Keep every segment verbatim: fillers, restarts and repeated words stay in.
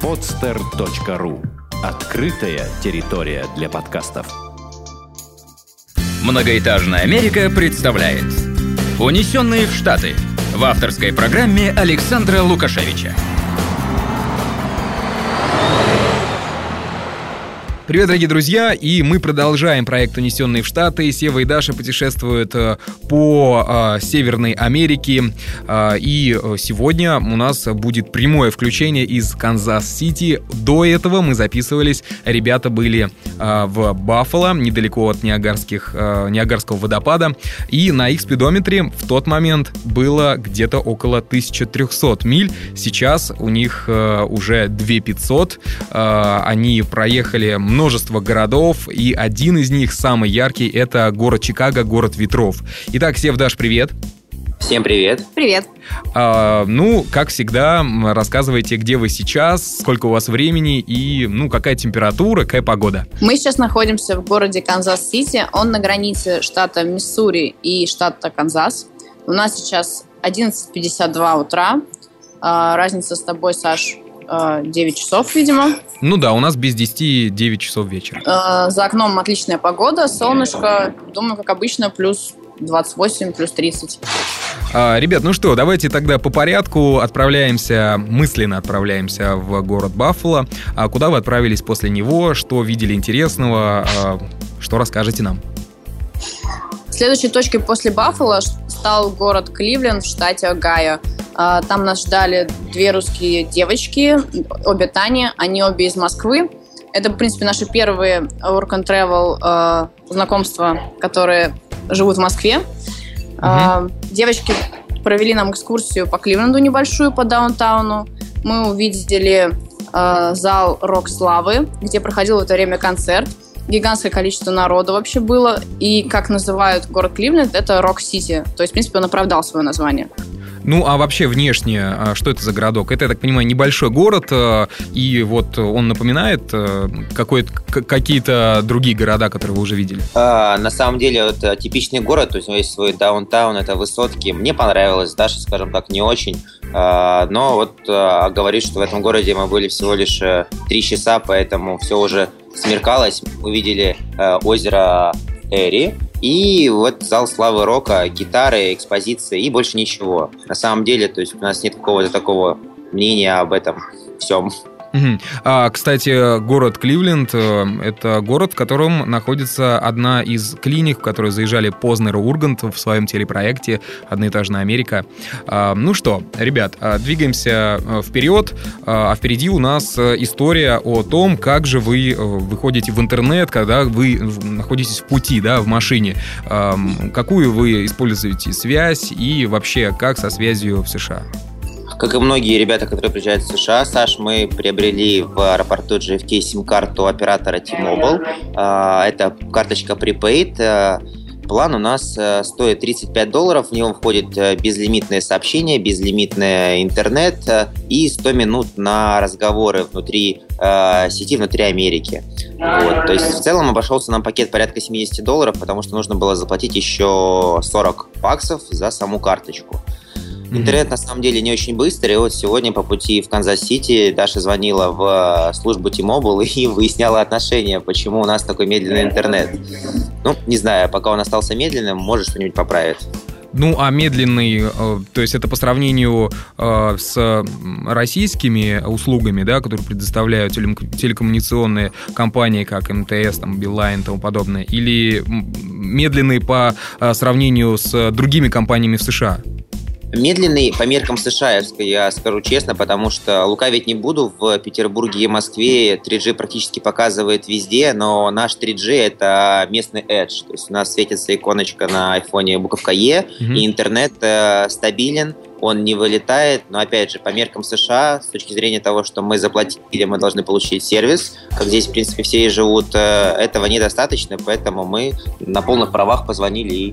подстер точка ру. Открытая территория для подкастов. Многоэтажная Америка представляет «Унесенные в Штаты» в авторской программе Александра Лукашевича. Привет, дорогие друзья, и мы продолжаем проект «Унесенные в Штаты». Сева и Даша путешествуют по э, Северной Америке, э, и сегодня у нас будет прямое включение из Канзас-Сити. До этого мы записывались, ребята были э, в Баффало, недалеко от Ниагарских, э, Ниагарского водопада, и на их спидометре в тот момент было где-то около тысяча триста миль. Сейчас у них э, уже две тысячи пятьсот, э, они проехали множество городов, и один из них, самый яркий, это город Чикаго, город ветров. Итак, Сев, Даш, привет. Всем привет. Привет. А, ну, как всегда, рассказывайте, где вы сейчас, сколько у вас времени и, ну, какая температура, какая погода. Мы сейчас находимся в городе Канзас-Сити. Он на границе штата Миссури и штата Канзас. У нас сейчас одиннадцать пятьдесят два утра. А, разница с тобой, Саш, девять часов, видимо. Ну да, у нас без десяти девять часов вечера. Э, за окном отличная погода, солнышко, думаю, как обычно, плюс двадцать восемь, плюс тридцать. А, ребят, ну что, давайте тогда по порядку отправляемся, мысленно отправляемся в город Баффало. А куда вы отправились после него? Что видели интересного? А, что расскажете нам? Следующей точкой после Баффало стал город Кливленд в штате Огайо. Там нас ждали две русские девочки, обе Таня, они обе из Москвы. Это, в принципе, наши первые work and travel э, знакомства, которые живут в Москве. Uh-huh. Э, девочки провели нам экскурсию по Кливленду небольшую, по даунтауну. Мы увидели э, зал Рок-Славы, где проходил в это время концерт. Гигантское количество народа вообще было. И, как называют город Кливленд, это Рок-Сити. То есть, в принципе, он оправдал свое название. Ну, а вообще внешне, что это за городок? Это, я так понимаю, небольшой город, и вот он напоминает какие-то другие города, которые вы уже видели? А, на самом деле, это типичный город, то есть у него есть свой даунтаун, это высотки. Мне понравилось, Даша, скажем так, не очень. А, но вот а, говорит, что в этом городе мы были всего лишь три часа, поэтому все уже смеркалось. Увидели а, озеро Эри. И вот зал славы рока, гитары, экспозиции и больше ничего. На самом деле, то есть у нас нет какого-то такого мнения об этом всем. Угу. А, кстати, город Кливленд – это город, в котором находится одна из клиник, в которую заезжали Познер и Ургант в своем телепроекте «Одноэтажная Америка». А, ну что, ребят, двигаемся вперед, а впереди у нас история о том, как же вы выходите в интернет, когда вы находитесь в пути, да, в машине. А, какую вы используете связь и вообще как со связью в США? Как и многие ребята, которые приезжают в США, Саш, мы приобрели в аэропорту джей эф кей сим-карту оператора T-Mobile. Это карточка prepaid. План у нас стоит тридцать пять долларов. В него входит безлимитное сообщение, безлимитный интернет и сто минут на разговоры внутри сети, внутри Америки. Вот. То есть в целом обошелся нам пакет порядка семьдесят долларов, потому что нужно было заплатить еще сорок баксов за саму карточку. Интернет на самом деле не очень быстрый, и вот сегодня по пути в Канзас-Сити Даша звонила в службу T-Mobile и выясняла отношения, почему у нас такой медленный интернет. Ну, не знаю, пока он остался медленным, может что-нибудь поправить. Ну, а медленный, то есть это по сравнению с российскими услугами, да, которые предоставляют телекоммуникационные компании, как эм тэ эс, там, Билайн и тому подобное, или медленный по сравнению с другими компаниями в США? Медленный по меркам США, я скажу честно, потому что лукавить не буду, в Петербурге и Москве три джи практически показывает везде, но наш три джи это местный Edge, то есть у нас светится иконочка на айфоне буковка Е, mm-hmm. и интернет э, стабилен, он не вылетает, но опять же по меркам США, с точки зрения того, что мы заплатили, мы должны получить сервис, как здесь в принципе все и живут, э, этого недостаточно, поэтому мы на полных правах позвонили и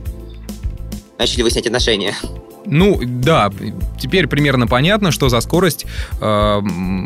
начали выяснять отношения. Ну, да, теперь примерно понятно, что за скорость. Э,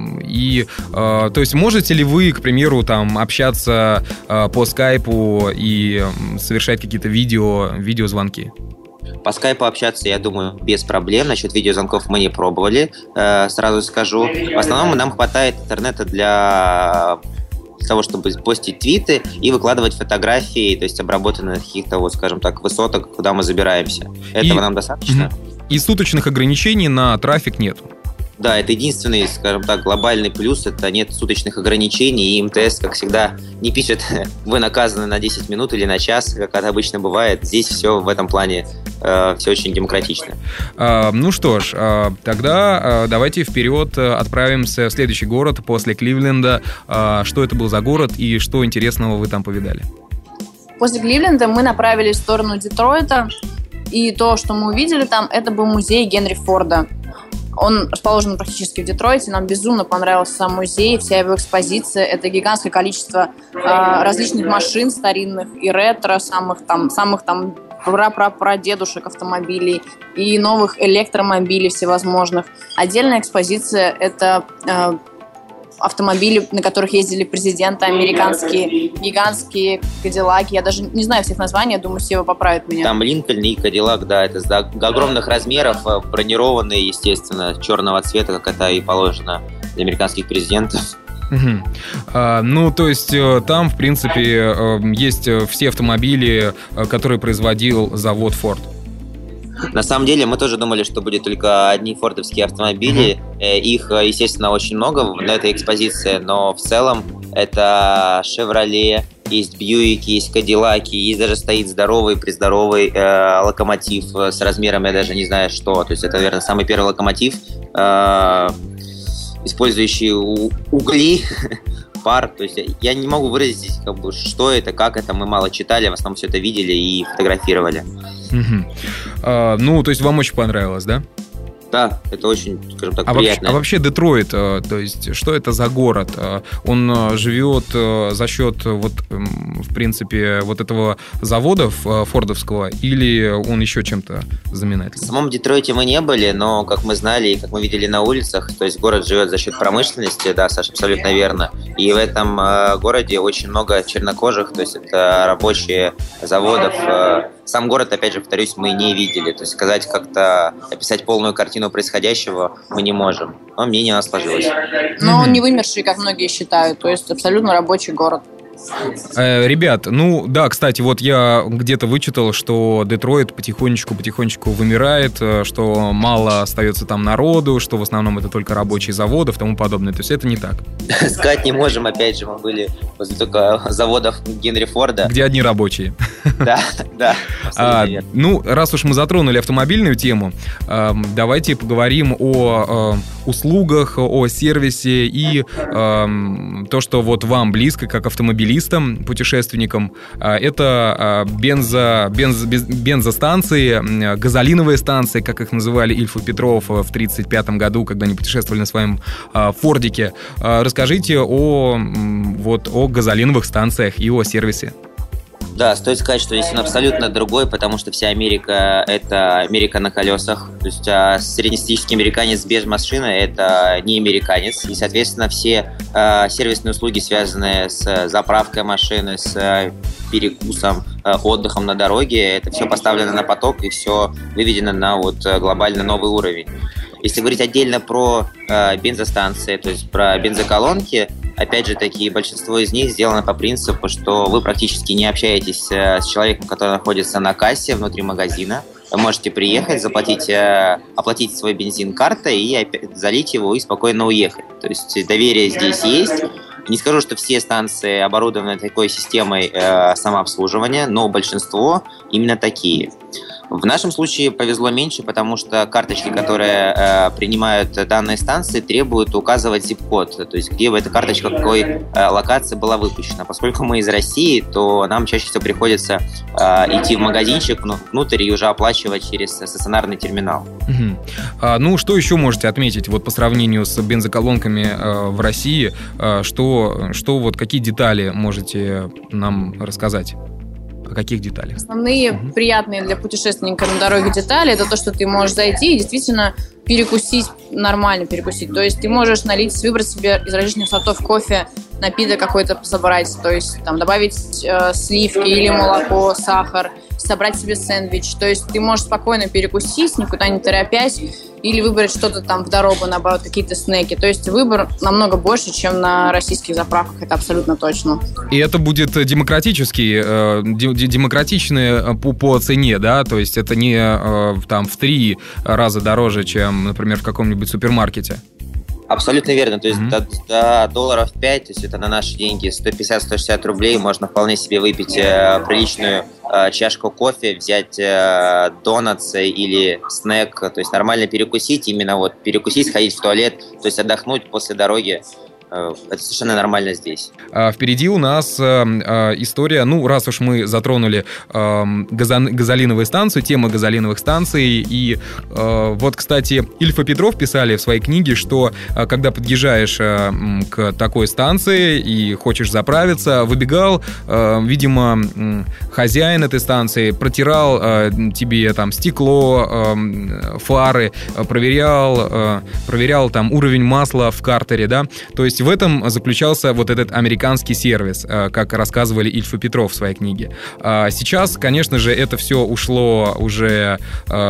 и, э, то есть, можете ли вы, к примеру, там, общаться э, по скайпу и совершать какие-то видео, видеозвонки? По скайпу общаться, я думаю, без проблем. Насчет видеозвонков мы не пробовали, э, сразу скажу. В основном нам хватает интернета для того, чтобы постить твиты и выкладывать фотографии, то есть обработанные на каких-то, вот, скажем так, высотах, куда мы забираемся. Этого и... нам достаточно. И суточных ограничений на трафик нет. Да, это единственный, скажем так, глобальный плюс, это нет суточных ограничений, и МТС, как всегда, не пишет, вы наказаны на десять минут или на час, как это обычно бывает. Здесь все в этом плане, э, все очень демократично. А, ну что ж, а, тогда а, давайте вперед отправимся в следующий город после Кливленда. А, что это был за город и что интересного вы там повидали? После Кливленда мы направились в сторону Детройта, и то, что мы увидели там, это был музей Генри Форда. Он расположен практически в Детройте. Нам безумно понравился сам музей, вся его экспозиция. Это гигантское количество э, различных машин старинных и ретро, самых там, самых там пра-пра-прадедушек автомобилей и новых электромобилей всевозможных. Отдельная экспозиция – это э, автомобили, на которых ездили президенты американские, гигантские кадиллаки. Я даже не знаю всех названий, я думаю, Сева поправит меня. Там Линкольн и Кадиллак, да, это до огромных размеров, бронированные, естественно, черного цвета, как это и положено для американских президентов. Угу. А, ну, то есть там, в принципе, есть все автомобили, которые производил завод Ford. На самом деле мы тоже думали, что будет только одни фордовские автомобили. Mm-hmm. Их, естественно, очень много на этой экспозиции, но в целом это Chevrolet, есть Buick, есть Cadillac, есть даже стоит здоровый, прездоровый э, локомотив с размером, я даже не знаю что. То есть это, наверное, самый первый локомотив, э, использующий у- угли, пар. То есть я не могу выразить, как бы, что это, как это. Мы мало читали, в основном все это видели и фотографировали. Угу. А, ну, то есть вам очень понравилось, да? Да, это очень, скажем так, а приятно. Вообще, а вообще Детройт, то есть что это за город? Он живет за счет, вот, в принципе, вот этого завода фордовского, или он еще чем-то знаменательным? В самом Детройте мы не были, но, как мы знали и как мы видели на улицах, то есть город живет за счет промышленности, да, Саша, абсолютно верно. И в этом э, городе очень много чернокожих, то есть это рабочие заводов. Э, сам город, опять же, повторюсь, мы не видели. То есть сказать как-то, описать полную картину происходящего мы не можем. Но мнение у нас сложилось. Но он не вымерший, как многие считают, то есть абсолютно рабочий город. Э, ребят, ну да, кстати, вот я где-то вычитал, что Детройт потихонечку-потихонечку вымирает, что мало остается там народу, что в основном это только рабочие заводы и тому подобное. То есть это не так. Сказать не можем, опять же, мы были возле только заводов Генри Форда. Где одни рабочие. Да, да. А, ну, раз уж мы затронули автомобильную тему, э, давайте поговорим о э, услугах, о сервисе и э, то, что вот вам близко, как автомобилистам, путешественникам, это бензо, бензо, бензостанции, газолиновые станции, как их называли Ильф и Петров в тридцать пятом году, когда они путешествовали на своем Фордике. Расскажите о, вот, о газолиновых станциях и о сервисе. Да, стоит сказать, что здесь он абсолютно другой, потому что вся Америка – это Америка на колесах. То есть а среднестатистический американец без машины – это не американец. И, соответственно, все а, сервисные услуги, связанные с заправкой машины, с а, перекусом, а, отдыхом на дороге, это все поставлено на поток и все выведено на вот, глобально новый уровень. Если говорить отдельно про э, бензостанции, то есть про бензоколонки, опять же таки, большинство из них сделано по принципу, что вы практически не общаетесь э, с человеком, который находится на кассе внутри магазина. Вы можете приехать, заплатить, э, оплатить свой бензин картой и опять залить его и спокойно уехать. То есть доверие здесь есть. Не скажу, что все станции оборудованы такой системой э, самообслуживания, но большинство именно такие. В нашем случае повезло меньше, потому что карточки, которые э, принимают данные станции, требуют указывать зип-код, то есть где бы эта карточка, какой э, локации была выпущена. Поскольку мы из России, то нам чаще всего приходится э, идти в магазинчик внутрь и уже оплачивать через стационарный терминал. Угу. А, ну, что еще можете отметить вот по сравнению с бензоколонками э, в России? Э, что, что вот какие детали можете нам рассказать? О каких деталях? Основные uh-huh. приятные для путешественника на дороге детали — это то, что ты можешь зайти и действительно перекусить, нормально перекусить. То есть ты можешь налить, выбрать себе из различных сортов кофе напиток какой-то собрать, то есть там добавить э, сливки или молоко, сахар, собрать себе сэндвич. То есть ты можешь спокойно перекусить, никуда не торопясь, или выбрать что-то там в дорогу, наоборот, какие-то снеки. То есть выбор намного больше, чем на российских заправках, это абсолютно точно. И это будет демократический, э, демократичный по, по цене, да? То есть это не э, там в три раза дороже, чем, например, в каком-нибудь супермаркете. Абсолютно верно, то есть mm-hmm. до, до долларов пять, то есть это на наши деньги сто пятьдесят - сто шестьдесят рублей, можно вполне себе выпить э, приличную э, чашку кофе, взять э, донатс или снэк, то есть нормально перекусить, именно вот перекусить, сходить в туалет, то есть отдохнуть после дороги. Это совершенно нормально здесь. А впереди у нас э, э, история, ну, раз уж мы затронули э, газо- газолиновую станцию, тема газолиновых станций, и э, вот, кстати, Ильф и Петров писали в своей книге, что э, когда подъезжаешь э, к такой станции и хочешь заправиться, выбегал, э, видимо, э, хозяин этой станции, протирал э, тебе там стекло, э, фары, э, проверял, э, проверял там уровень масла в картере, да, то есть в этом заключался вот этот американский сервис, как рассказывали Ильф и Петров в своей книге. Сейчас, конечно же, это все ушло уже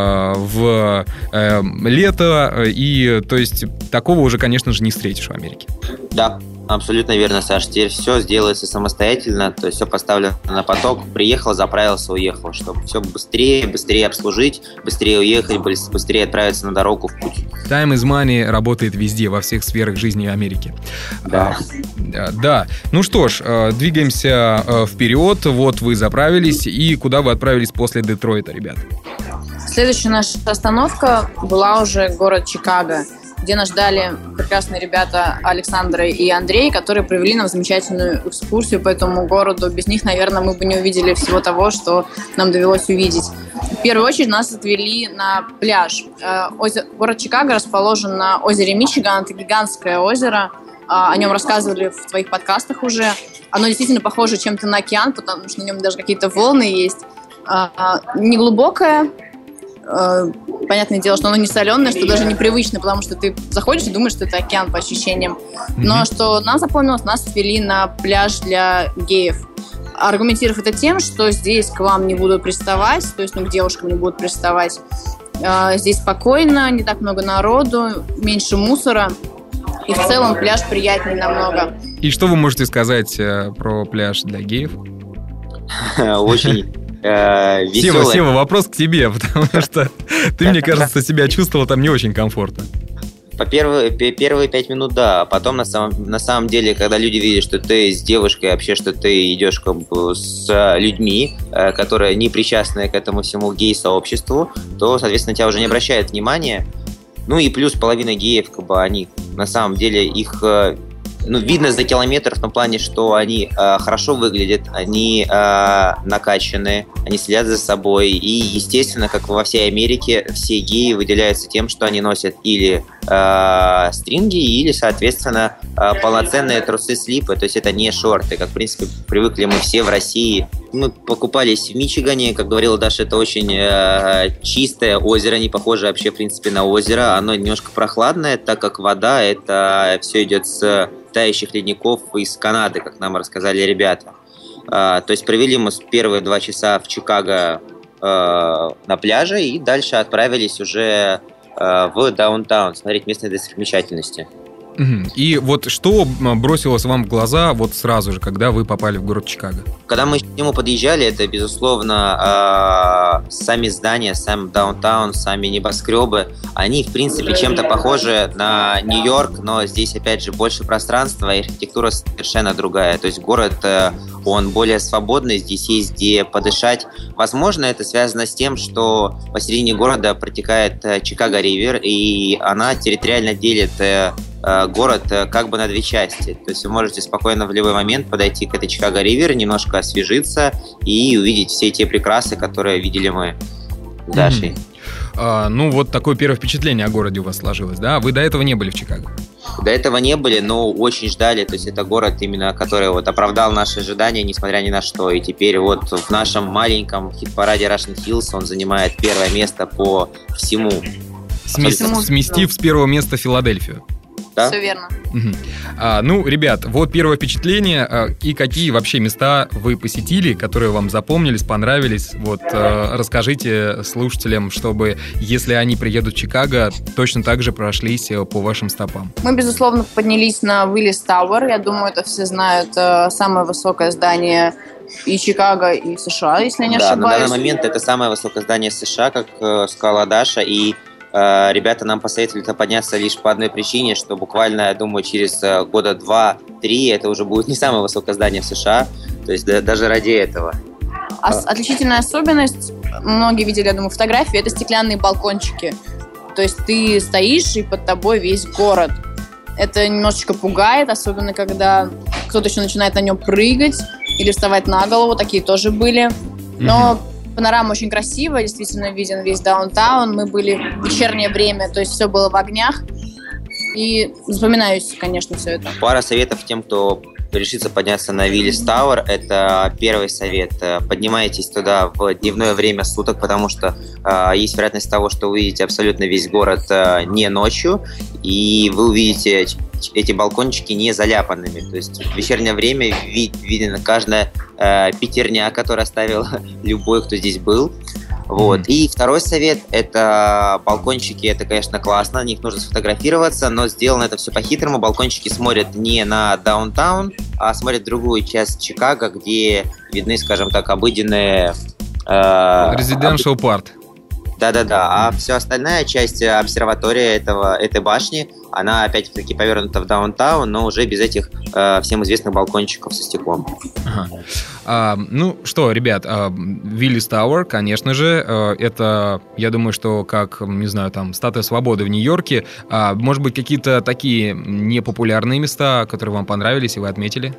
в лето, и то есть такого уже, конечно же, не встретишь в Америке. Да. Абсолютно верно, Саш. Теперь все сделается самостоятельно, то есть все поставлено на поток. Приехал, заправился, уехал, чтобы все быстрее, быстрее обслужить, быстрее уехать, быстрее отправиться на дорогу в путь. Time is money работает везде, во всех сферах жизни Америки. Да. А, да. Ну что ж, двигаемся вперед. Вот вы заправились, и куда вы отправились после Детройта, ребят? Следующая наша остановка была уже город Чикаго, где нас ждали прекрасные ребята Александр и Андрей, которые провели нам замечательную экскурсию по этому городу. Без них, наверное, мы бы не увидели всего того, что нам довелось увидеть. В первую очередь нас отвели на пляж. Город Чикаго расположен на озере Мичиган. Это гигантское озеро. О нем рассказывали в твоих подкастах уже. Оно действительно похоже чем-то на океан, потому что на нем даже какие-то волны есть. Неглубокое. Понятное дело, что оно не соленое, что даже непривычно, потому что ты заходишь и думаешь, что это океан по ощущениям. Но mm-hmm. что нам запомнилось, нас отвели на пляж для геев. Аргументировав это тем, что здесь к вам не будут приставать, то есть ну, к девушкам не будут приставать. Здесь спокойно, не так много народу, меньше мусора. И в целом пляж приятнее намного. И что вы можете сказать про пляж для геев? Очень... Сева, Сева, вопрос к тебе, потому что ты, мне кажется, себя чувствовал там не очень комфортно. По первые, первые пять минут, да. Потом, на самом, на самом деле, когда люди видят, что ты с девушкой, вообще, что ты идешь как бы с людьми, которые не причастны к этому всему гей-сообществу, то, соответственно, тебя уже не обращают внимания. Ну и плюс половина геев, как бы, они, на самом деле, их... Ну, видно за километр в том плане, что они э, хорошо выглядят, они э, накачаны, они следят за собой. И, естественно, как во всей Америке, все геи выделяются тем, что они носят или э, стринги, или, соответственно, э, полноценные трусы-слипы. То есть это не шорты, как, в принципе, привыкли мы все в России. Мы покупались в Мичигане, как говорила Даша, это очень э, чистое озеро, не похоже вообще, в принципе, на озеро. Оно немножко прохладное, так как вода, это все идет с тающих ледников из Канады, как нам рассказали ребята. А, то есть провели мы первые два часа в Чикаго э, на пляже и дальше отправились уже э, в даунтаун смотреть местные достопримечательности. И вот что бросилось вам в глаза вот сразу же, когда вы попали в город Чикаго? Когда мы к нему подъезжали, это, безусловно, э, сами здания, сам даунтаун, сами небоскребы, они, в принципе, чем-то похожи на Нью-Йорк, но здесь, опять же, больше пространства, и архитектура совершенно другая. То есть город, э, он более свободный, здесь есть где подышать. Возможно, это связано с тем, что посередине города протекает Чикаго-ривер, и она территориально делит э, город как бы на две части. То есть вы можете спокойно в любой момент подойти к этой Чикаго-ривер, немножко освежиться и увидеть все те прекрасы, которые видели мы с Дашей. Mm-hmm. А, ну, вот такое первое впечатление о городе у вас сложилось, да? Вы до этого не были в Чикаго? До этого не были, но очень ждали. То есть это город, именно который вот оправдал наши ожидания, несмотря ни на что. И теперь вот в нашем маленьком хит-параде Russian Hills он занимает первое место по всему. Смес... Сместив с первого места Филадельфию. Да? Все верно. Угу. А, ну, ребят, вот первое впечатление. А, и какие вообще места вы посетили, которые вам запомнились, понравились? Вот а, расскажите слушателям, чтобы, если они приедут в Чикаго, точно так же прошлись по вашим стопам. Мы, безусловно, поднялись на Willis Tower. Я думаю, это все знают. Самое высокое здание и Чикаго, и США, если я не да, ошибаюсь. На данный момент это самое высокое здание США, как э, сказала Даша, и э, ребята нам посоветовали туда подняться лишь по одной причине, что буквально, я думаю, через э, года два-три это уже будет не самое высокое здание в США, то есть да, даже ради этого. А отличительная особенность, многие видели, я думаю, фотографии, это стеклянные балкончики. То есть ты стоишь, и под тобой весь город. Это немножечко пугает, особенно когда кто-то еще начинает на нем прыгать или вставать на голову, такие тоже были. Но mm-hmm. панорама очень красивая, действительно виден весь даунтаун. Мы были в вечернее время, то есть все было в огнях. И запоминаюсь, конечно, все это. Пара советов тем, кто решится подняться на Willis Tower. Это первый совет. Поднимайтесь туда в дневное время суток, потому что э, есть вероятность того, что вы увидите абсолютно весь город э, не ночью, и вы увидите эти балкончики не заляпанными. То есть в вечернее время вид, видно каждая э, пятерня, которую оставил любой, кто здесь был. Вот. И второй совет – это балкончики. Это, конечно, классно, на них нужно сфотографироваться, но сделано это все по-хитрому. Балкончики смотрят не на даунтаун, а смотрят в другую часть Чикаго, где видны, скажем так, обыденные… Э, Residential об... part. Да-да-да, а вся остальная часть обсерватории этого, этой башни, она опять-таки повернута в даунтаун, но уже без этих э, всем известных балкончиков со стеклом. Ага. А, ну что, ребят, Willis Tower, конечно же, это, я думаю, что как, не знаю, там, Статуя Свободы в Нью-Йорке. А, может быть, какие-то такие непопулярные места, которые вам понравились и вы отметили?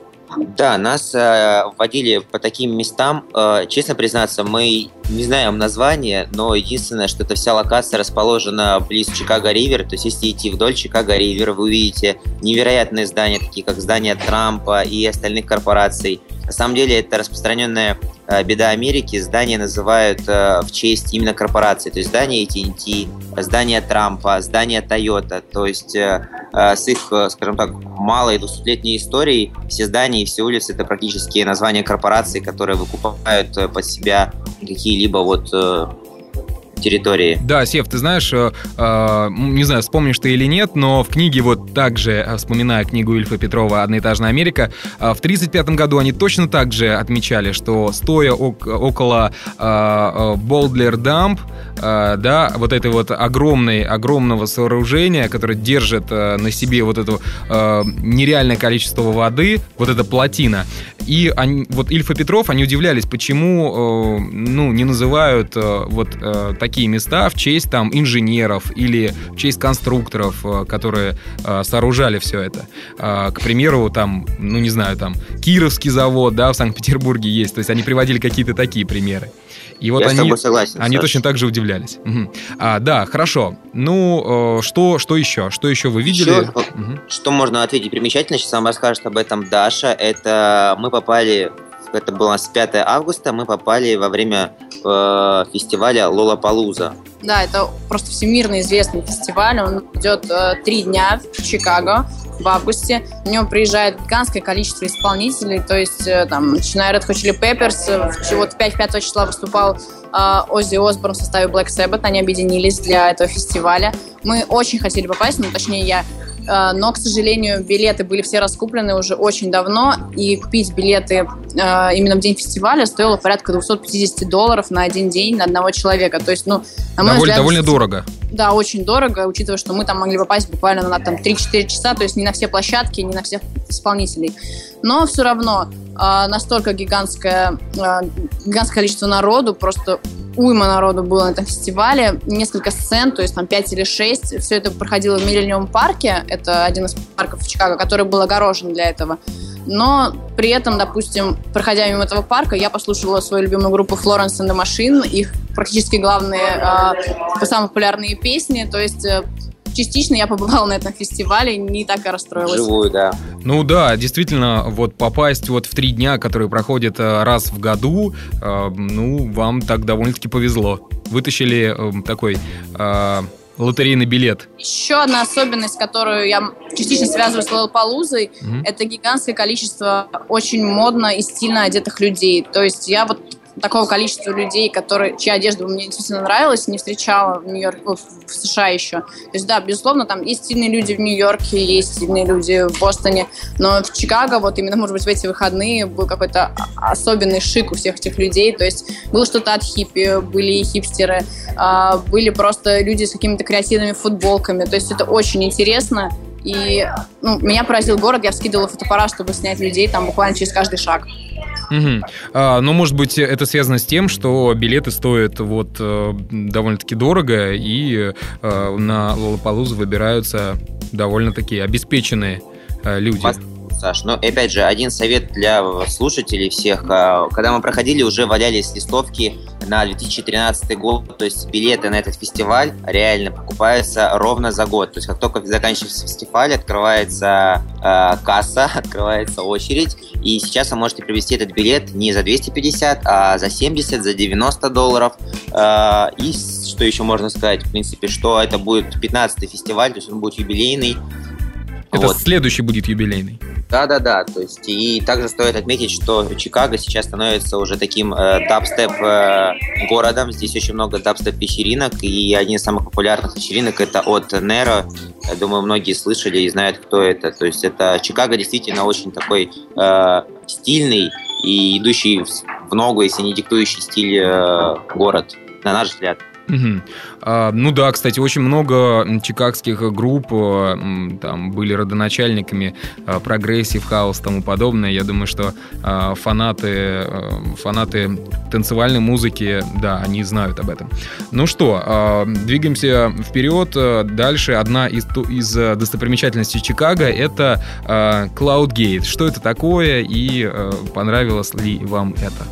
Да, нас э, вводили по таким местам. Э, честно признаться, мы не знаем названия, но единственное, что эта вся локация расположена близ Чикаго-Ривер. То есть, если идти вдоль Чикаго-Ривер, вы увидите невероятные здания, такие как здания Трампа и остальных корпораций. На самом деле, это распространенная э, беда Америки. Здания называют э, в честь именно корпораций. То есть, здания эй ти энд ти, здания Трампа, здания Toyota. То есть, э, э, с их, э, скажем так, малой двухсотлетней историей, все здания и все улицы – это практически названия корпораций, которые выкупают э, под себя какие-либо вот… Э, территории. Да, Сев, ты знаешь, э, э, не знаю, вспомнишь ты или нет, но в книге, вот также, вспоминая книгу Ильфа Петрова «Одноэтажная Америка», э, в тридцать пятом году они точно так же отмечали, что стоя ок- около э, Boulder Dump, э, да, вот этой вот огромной, огромного сооружения, которое держит э, на себе вот это э, нереальное количество воды, вот эта плотина, и они, вот Ильф и Петров, они удивлялись, почему э, ну, не называют э, вот э, такие такие места в честь там инженеров или в честь конструкторов, которые э, сооружали все это. Э, к примеру, там, ну не знаю, там Кировский завод, да, в Санкт-Петербурге есть. То есть они приводили какие-то такие примеры. И вот Я они, с тобой согласен, они Саш. точно так же удивлялись. Угу. А, да, хорошо. Ну, э, что, что еще? Что еще вы видели? Еще, угу. Что можно ответить примечательно, сейчас вам расскажет об этом Даша. Это мы попали... Это было с пятого августа, мы попали во время э, фестиваля Лолапалуза. Да, это просто всемирно известный фестиваль. Он идет э, три дня в Чикаго в августе. На него приезжает гигантское количество исполнителей. То есть, э, там, начиная Red Hot Chili Peppers, вот пятого числа выступал э, Оззи Осборн в составе Black Sabbath. Они объединились для этого фестиваля. Мы очень хотели попасть, ну, точнее, я. Но, к сожалению, билеты были все раскуплены уже очень давно, и купить билеты э, именно в день фестиваля стоило порядка двести пятьдесят долларов на один день на одного человека. То есть, ну, на мой довольно, взгляд, довольно дорого. Да, очень дорого, учитывая, что мы там могли попасть буквально на там, три-четыре часа, то есть не на все площадки, не на всех исполнителей. Но все равно э, настолько гигантское, э, гигантское количество народу, просто уйма народу было на этом фестивале, несколько сцен, то есть там пять или шесть. Все это проходило в Миллениум парке, это один из парков в Чикаго, который был огорожен для этого. Но при этом, допустим, проходя мимо этого парка, я послушала свою любимую группу Florence and the Machine, их практически главные, э, самые популярные песни, то есть э, частично я побывала на этом фестивале, не так и расстроилась. Живую, да. Ну да, действительно, вот попасть вот в три дня, которые проходят раз в году, э, ну, вам так довольно-таки повезло. Вытащили э, такой... Э, лотерейный билет. Еще одна особенность, которую я частично связываю с Лоллапалузой, mm-hmm. это гигантское количество очень модно и стильно одетых людей. То есть я вот такого количества людей, которые, чья одежда мне действительно нравилась, не встречала в Нью-Йорке, в США еще. То есть, да, безусловно, там есть стильные люди в Нью-Йорке, есть стильные люди в Бостоне, но в Чикаго, вот именно, может быть, в эти выходные был какой-то особенный шик у всех этих людей. То есть было что-то от хиппи, были и хипстеры, были просто люди с какими-то креативными футболками. То есть это очень интересно. И ну, меня поразил город, я вскидывала фотоаппарат, чтобы снять людей там буквально через каждый шаг. Угу. А, ну, может быть, это связано с тем, что билеты стоят вот э, довольно-таки дорого, и э, на Лоллапалузу выбираются довольно-таки обеспеченные э, люди. Саш, ну, опять же, один совет для слушателей всех. Когда мы проходили, уже валялись листовки на две тысячи тринадцатый год, то есть билеты на этот фестиваль реально покупаются ровно за год. То есть как только заканчивается фестиваль, открывается э, касса, открывается очередь, и сейчас вы можете приобрести этот билет не за двести пятьдесят, а за семьдесят, за девяносто долларов. Э, и что еще можно сказать, в принципе, что это будет пятнадцатый фестиваль, то есть он будет юбилейный. Это вот. Следующий будет юбилейный. Да-да-да, то есть и также стоит отметить, что Чикаго сейчас становится уже таким э, дабстеп э, городом. Здесь очень много дабстеп-вечеринок, и один из самых популярных вечеринок это от Неро. Я думаю, многие слышали и знают, кто это. То есть это Чикаго действительно очень такой э, стильный и идущий в ногу, если не диктующий стиль э, город, на наш взгляд. Угу. А, ну да, кстати, очень много чикагских групп там были родоначальниками прогрессив, хаус и тому подобное. Я думаю, что а, фанаты, фанаты танцевальной музыки, да, они знают об этом. Ну что, а, двигаемся вперед. Дальше одна из, из достопримечательностей Чикаго — это а, Cloudgate. Что это такое и а, понравилось ли вам это?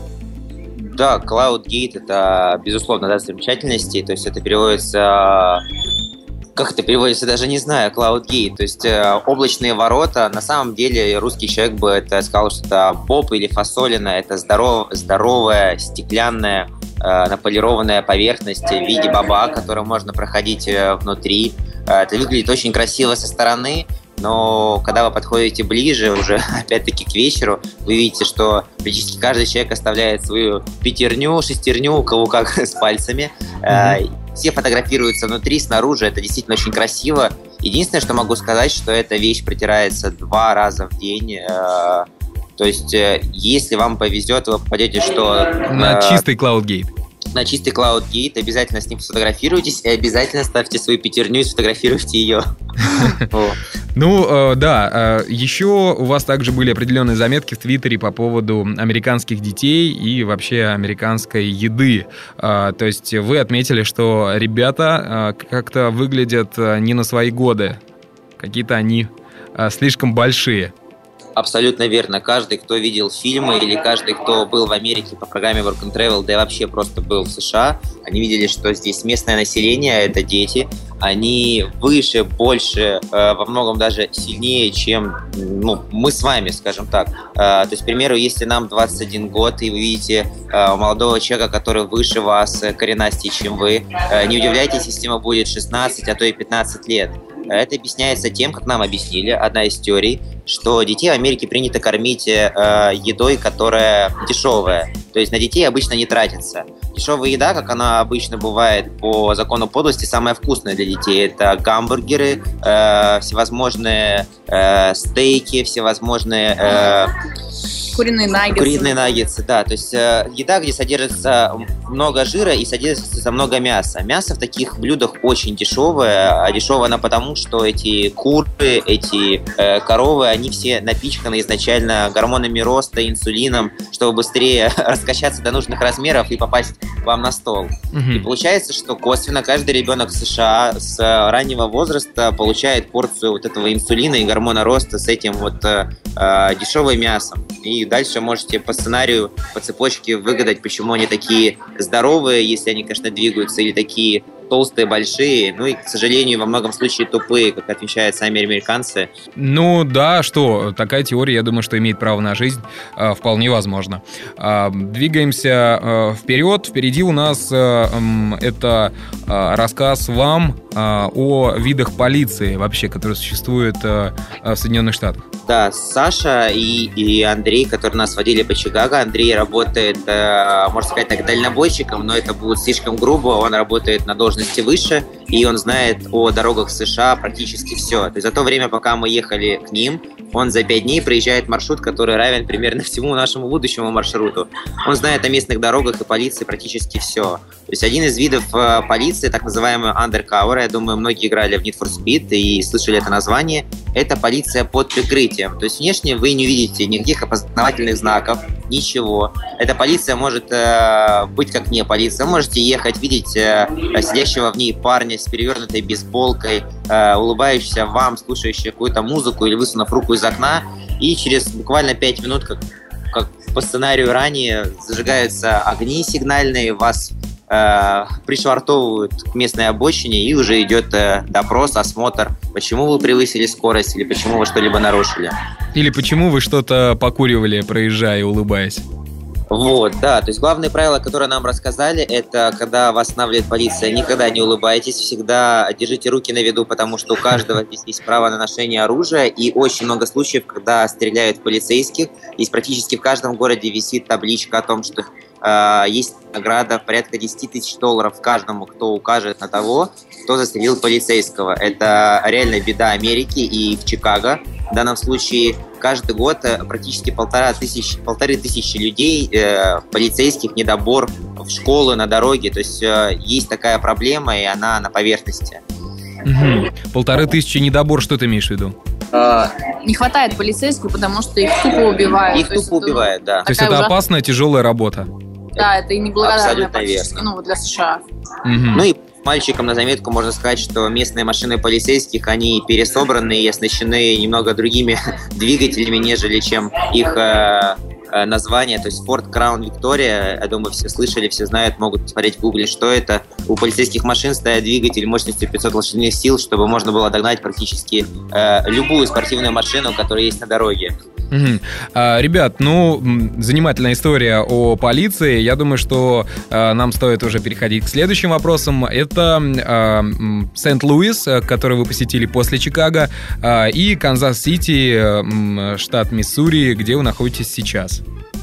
Да, Cloudgate — это, безусловно, достопримечательности, то есть это переводится... Как это переводится, даже не знаю, Cloudgate, то есть э, облачные ворота. На самом деле русский человек бы это сказал, что это боб или фасолина, это здоров, здоровая, стеклянная, э, наполированная поверхность в виде боба, которую можно проходить э, внутри. Э, это выглядит очень красиво со стороны, но когда вы подходите ближе, уже опять-таки к вечеру, вы видите, что практически каждый человек оставляет свою пятерню, шестерню, у кого как с пальцами. Mm-hmm. Все фотографируются внутри, снаружи, это действительно очень красиво. Единственное, что могу сказать, что эта вещь протирается два раза в день. То есть, если вам повезет, вы попадете, что... На чистый Cloudgate. На чистый Cloudgate, обязательно с ним сфотографируйтесь и обязательно ставьте свою пятерню и сфотографируйте ее. Ну, да, еще у вас также были определенные заметки в Твиттере по поводу американских детей и вообще американской еды. То есть вы отметили, что ребята как-то выглядят не на свои годы. Какие-то они слишком большие. Абсолютно верно. Каждый, кто видел фильмы или каждый, кто был в Америке по программе Work and Travel, да и вообще просто был в США, они видели, что здесь местное население — это дети. Они выше, больше, э, во многом даже сильнее, чем ну, мы с вами, скажем так. Э, то есть, к примеру, если нам двадцать один год, и вы видите э, молодого человека, который выше вас, э, коренастее, чем вы, э, не удивляйтесь, если ему будет шестнадцать, а то и пятнадцать лет. Это объясняется тем, как нам объяснили, одна из теорий, что детей в Америке принято кормить э, едой, которая дешевая. То есть на детей обычно не тратится. Дешевая еда, как она обычно бывает по закону подлости, самая вкусная для детей. Это гамбургеры, э, всевозможные э, стейки, всевозможные... Э, Куриные наггетсы. Куриные наггетсы, да. То есть э, еда, где содержится много жира и содержится много мяса. Мясо в таких блюдах очень дешевое. А дешевое она потому, что эти куры, эти э, коровы, они все напичканы изначально гормонами роста, инсулином, чтобы быстрее раскачаться до нужных размеров и попасть вам на стол. Mm-hmm. И получается, что косвенно каждый ребенок в США с раннего возраста получает порцию вот этого инсулина и гормона роста с этим вот э, э, дешевым мясом. И дальше можете по сценарию, по цепочке выгадать, почему они такие здоровые, если они, конечно, двигаются, или такие толстые, большие, ну и, к сожалению, во многом случае тупые, как отвечают сами американцы. Ну да, что, такая теория, я думаю, что имеет право на жизнь, э, вполне возможно. Э, двигаемся э, вперед. Впереди у нас э, э, это э, рассказ вам а, о видах полиции вообще, которые существуют а, в Соединенных Штатах. Да, Саша и, и Андрей, которые нас водили по Чикаго. Андрей работает, э, можно сказать так, дальнобойщиком, но это будет слишком грубо. Он работает на должности выше, и он знает о дорогах США практически все. То есть за то время, пока мы ехали к ним, он за пять дней проезжает маршрут, который равен примерно всему нашему будущему маршруту. Он знает о местных дорогах и полиции практически все. То есть один из видов э, полиции, так называемый undercover, я думаю, многие играли в Need for Speed и слышали это название, это полиция под прикрытием. То есть внешне вы не видите никаких опознавательных знаков, ничего. Эта полиция может э, быть как не полиция. Вы можете ехать, видеть э, сидящего в ней парня с перевернутой бейсболкой, э, улыбающегося вам, слушающего какую-то музыку или высунув руку из окна, и через буквально пять минут, как, как по сценарию ранее, зажигаются огни сигнальные, вас э, пришвартовывают к местной обочине, и уже идет э, допрос, осмотр, почему вы превысили скорость или почему вы что-либо нарушили. Или почему вы что-то покуривали, проезжая и улыбаясь. Вот, да, то есть главное правило, которое нам рассказали, это когда вас останавливает полиция, никогда не улыбайтесь, всегда держите руки на виду, потому что у каждого здесь есть право на ношение оружия, и очень много случаев, когда стреляют в полицейских. Здесь практически в каждом городе висит табличка о том, что э, есть награда порядка десять тысяч долларов каждому, кто укажет на того, кто застрелил полицейского. Это реально беда Америки и в Чикаго. В данном случае каждый год практически полтора тысячи, полторы тысячи людей, э, полицейских, недобор в школы, на дороге. То есть э, есть такая проблема, и она на поверхности. Угу. Полторы тысячи недобор, что ты имеешь в виду? А, не хватает полицейских, потому что их тупо убивают. Их тупо убивают, да. То есть это опасная, тяжелая работа. Да, это и неблагодарная практически, ну, для США. Угу. Ну и мальчикам на заметку можно сказать, что местные машины полицейских, они пересобраны и оснащены немного другими двигателями, нежели чем их э, э, название. То есть Ford Crown Victoria, я думаю, все слышали, все знают, могут посмотреть в гугле, что это. У полицейских машин стоит двигатель мощностью пятьсот лошадиных сил, чтобы можно было догнать практически э, любую спортивную машину, которая есть на дороге. Угу. А, ребят, ну, занимательная история о полиции. Я думаю, что а, нам стоит уже переходить к следующим вопросам. Это а, Сент-Луис, который вы посетили после Чикаго, а, и Канзас-Сити, а, штат Миссури, где вы находитесь сейчас.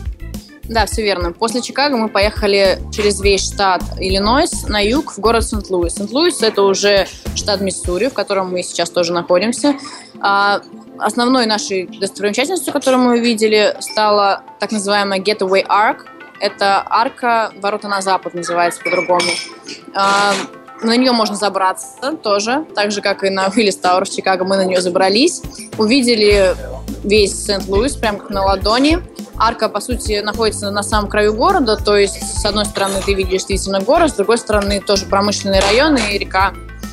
Да, все верно. После Чикаго мы поехали через весь штат Иллинойс на юг, в город Сент-Луис. Сент-Луис — это уже штат Миссури, в котором мы сейчас тоже находимся. А основной нашей достопримечательностью, которую мы увидели, стала так называемая Getaway Arc. Это арка «Ворота на запад» называется по-другому. А, на нее можно забраться тоже, так же, как и на Уиллис Тауэр в Чикаго, мы на нее забрались. Увидели весь Сент-Луис, прям как на ладони. Арка, по сути, находится на самом краю города, то есть с одной стороны ты видишь действительно город, с другой стороны тоже промышленные районы и река.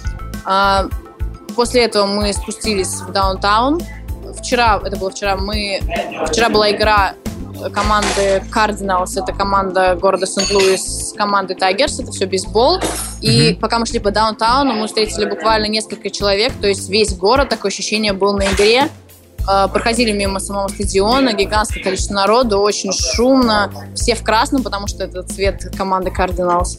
А, после этого мы спустились в даунтаун. Вчера, это было вчера, мы... Вчера была игра команды Cardinals, это команда города Сент-Луис, с командой Tigers, это все бейсбол. И mm-hmm. пока мы шли по даунтауну, мы встретили буквально несколько человек, то есть весь город, такое ощущение, был на игре. Проходили мимо самого стадиона, гигантское количество народу, очень шумно, все в красном, потому что это цвет команды Cardinals.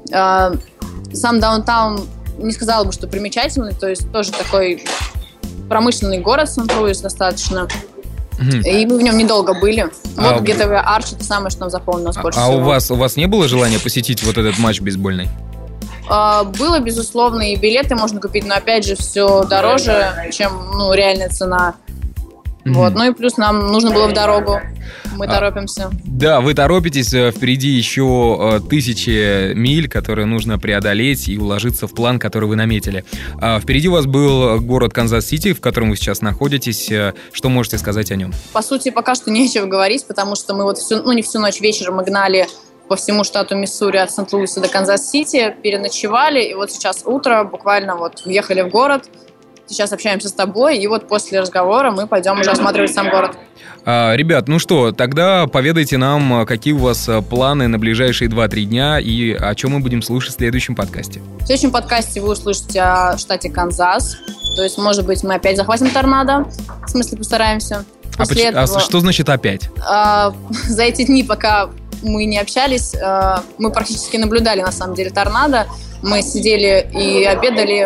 Сам даунтаун не сказала бы, что примечательный, то есть тоже такой промышленный город Сент-Луис достаточно. Mm-hmm. И мы в нем недолго были. А вот где-то Арч, это самое, что нам запомнилось больше а всего. А у вас, у вас не было желания посетить вот этот матч бейсбольный? Было, безусловно, и билеты можно купить, но опять же все дороже, чем ну, реальная цена. Mm-hmm. Вот. Ну и плюс нам нужно было в дорогу. Мы а, торопимся. Да, вы торопитесь. Впереди еще тысячи миль, которые нужно преодолеть и уложиться в план, который вы наметили. А впереди у вас был город Канзас-Сити, в котором вы сейчас находитесь. Что можете сказать о нем? По сути, пока что нечего говорить, потому что мы вот всю, ну не всю ночь, вечером мы гнали по всему штату Миссури от Сент-Луиса до Канзас-Сити, переночевали, и вот сейчас утро, буквально вот въехали в город. Сейчас общаемся с тобой, и вот после разговора мы пойдем уже осматривать сам город. А, ребят, ну что, тогда поведайте нам, какие у вас планы на ближайшие два-три дня и о чем мы будем слушать в следующем подкасте. В следующем подкасте вы услышите о штате Канзас. То есть, может быть, мы опять захватим торнадо. В смысле, постараемся. После а, этого, а что значит опять? А, за эти дни, пока мы не общались, а, мы практически наблюдали, на самом деле, торнадо. Мы сидели и обедали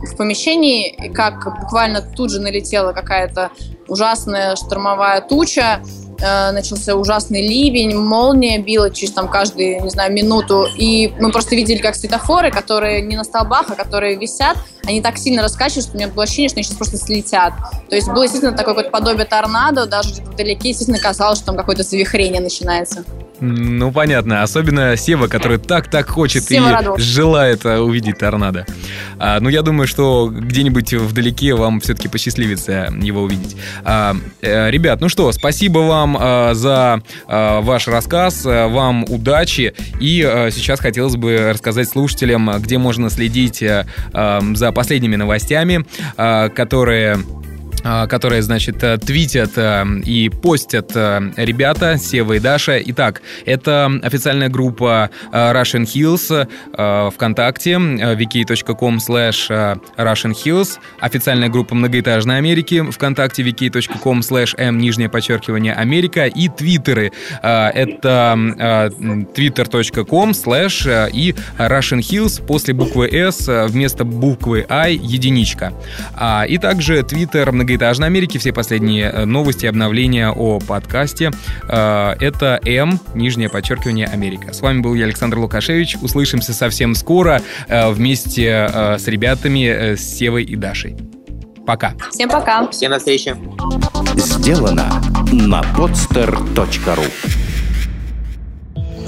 в помещении, и как буквально тут же налетела какая-то ужасная штормовая туча, начался ужасный ливень, молния била через там каждую, не знаю, минуту, и мы просто видели, как светофоры, которые не на столбах, а которые висят, они так сильно раскачиваются, что у меня было ощущение, что они сейчас просто слетят. То есть было, естественно, такое какое-то подобие торнадо, даже вдалеке, естественно, казалось, что там какое-то завихрение начинается. Ну, понятно. Особенно Сева, который так-так хочет Сева и радовался. желает увидеть торнадо. А, ну, я думаю, что где-нибудь вдалеке вам все-таки посчастливится его увидеть. А, э, ребят, ну что, спасибо вам а, за а, ваш рассказ, а, вам удачи. И а, сейчас хотелось бы рассказать слушателям, где можно следить а, а, за последними новостями, а, которые... которые, значит, твитят и постят ребята Сева и Даша. Итак, это официальная группа Russian Hills ВКонтакте, vk.com slash Russian Hills, официальная группа Многоэтажной Америки ВКонтакте, vk.com slash m, нижнее подчеркивание, Америка, и твиттеры. Это twitter.com slash и Russian Hills после буквы S вместо буквы I единичка. И также твиттер Многоэтажной Америки, все последние новости и обновления о подкасте. Это М, нижнее подчеркивание, Америка. С вами был я, Александр Лукашевич. Услышимся совсем скоро вместе с ребятами, с Севой и Дашей. Пока. Всем пока. Всем до встречи. Сделано на podster точка ру.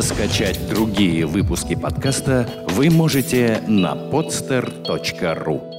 Скачать другие выпуски подкаста вы можете на podster точка ру.